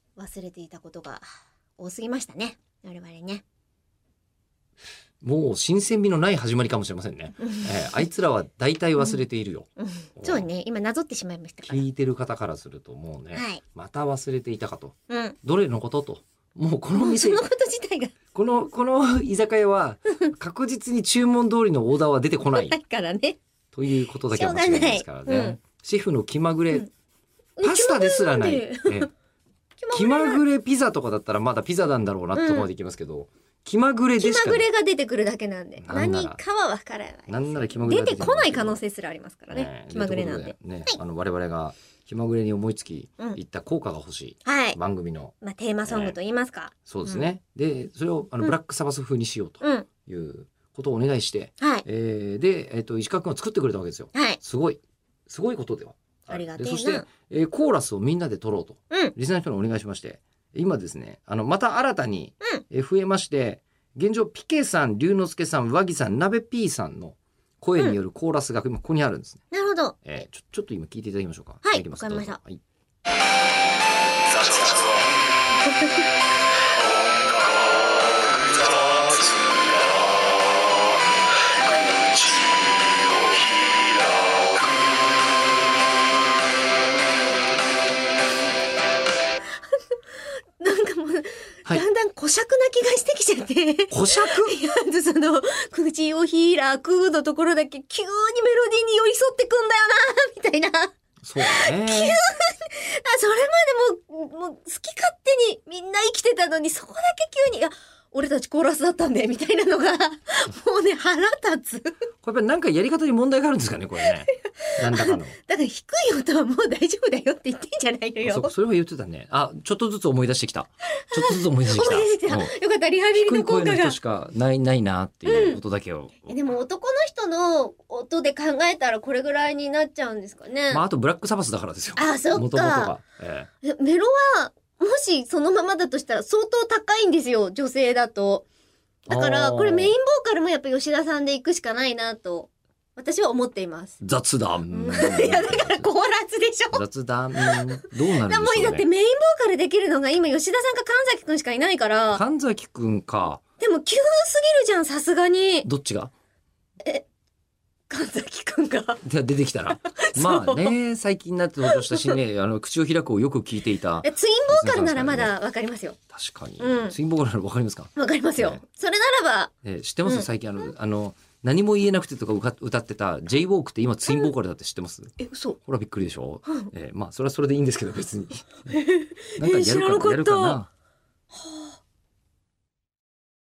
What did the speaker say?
忘れていたことが多すぎましたね。我々ね。 もう新鮮味のない始まりかもしれませんね。あいつらは大体忘れているよ。 そうね、今なぞってしまいましたから。 聞いてる方からするともうね、 はい、 また忘れていたかと。 うん、 どれのことと。もうこの店、 そのこと自体がこの居酒屋は確実に注文通りのオーダーは出てこない。 だからね。 ということだけは間違いないですからね。シェフの気まぐれ、パスタですらない。気まぐれピザとかだったらまだピザなんだろうなってとこまでいきますけど、気まぐれでしか気まぐれが出てくるだけなんで、何かは分からない。 なんなら気まぐれ出てこない可能性すらありますからね。気まぐれなんで。 ね、我々が気まぐれに思いつき言った効果が欲しい番組の、 まあテーマソングと言いますか。 そうですね。で、それをブラックサバス風にしようということをお願いして、で、石川君は作ってくれたわけですよ。すごいことでは。 ありがとう。 そして、コーラスをみんなで撮ろうと、リスナーの人にお願いしまして、今ですね、また新たに、増えまして、現状ピケさん、龍之介さん、和木さん、鍋 P さんの声によるコーラスが今ここにあるんですね。 なるほど。 ちょっと今聞いていただきましょうか。 はい、わかりました。だんだん古尺な気がしてきちゃって。 古尺？ いや、その、口を開くのところだけ急にメロディーに寄り添ってくんだよな、みたいな。 そうね。 急に、それまでもう好き勝手にみんな生きてたのに、そこだけ急に、いや、俺たちコーラスだったんで、みたいなのが、もうね、腹立つ。 これやっぱりなんかやり方に問題があるんですかね、これね。なんだかの。 だから低い音はもう大丈夫だよって言ってんじゃないのよ。 それは言ってたね。ちょっとずつ思い出してきた。ちょっとずつ思い出してきた。 思い出してきた。よかった、リハビリの効果が。 低い声の人しかないなっていうことだけを。 でも男の人の音で考えたらこれぐらいになっちゃうんですかね。 あとブラックサバスだからですよ。 そっか。 元々が。 メロは、もしそのままだとしたら相当高いんですよ、女性だと。だから、これメインボーカルもやっぱ吉田さんで行くしかないなと、私は思っています。 雑談。 いや、だからコーラスでしょ。 雑談。どうなるんでしょうね。 だってメインボーカルできるのが今吉田さんか神崎くんしかいないから。 神崎くんか。 でも急すぎるじゃん、さすがに。 どっちが？ 神崎くんが。 出てきたら。まあね、最近になって登場したしね、口を開くをよく聞いていた。 ツインボーカルならまだわかりますよ。 確かに。ツインボーカルならわかりますか？ わかりますよ。それならば。知ってます？最近何も言えなくてとか歌ってた J-WALK って今ツインボーカルだって知ってます？ 嘘。 ほらびっくりでしょ。まあそれはそれでいいんですけど別に。なんかやるかな。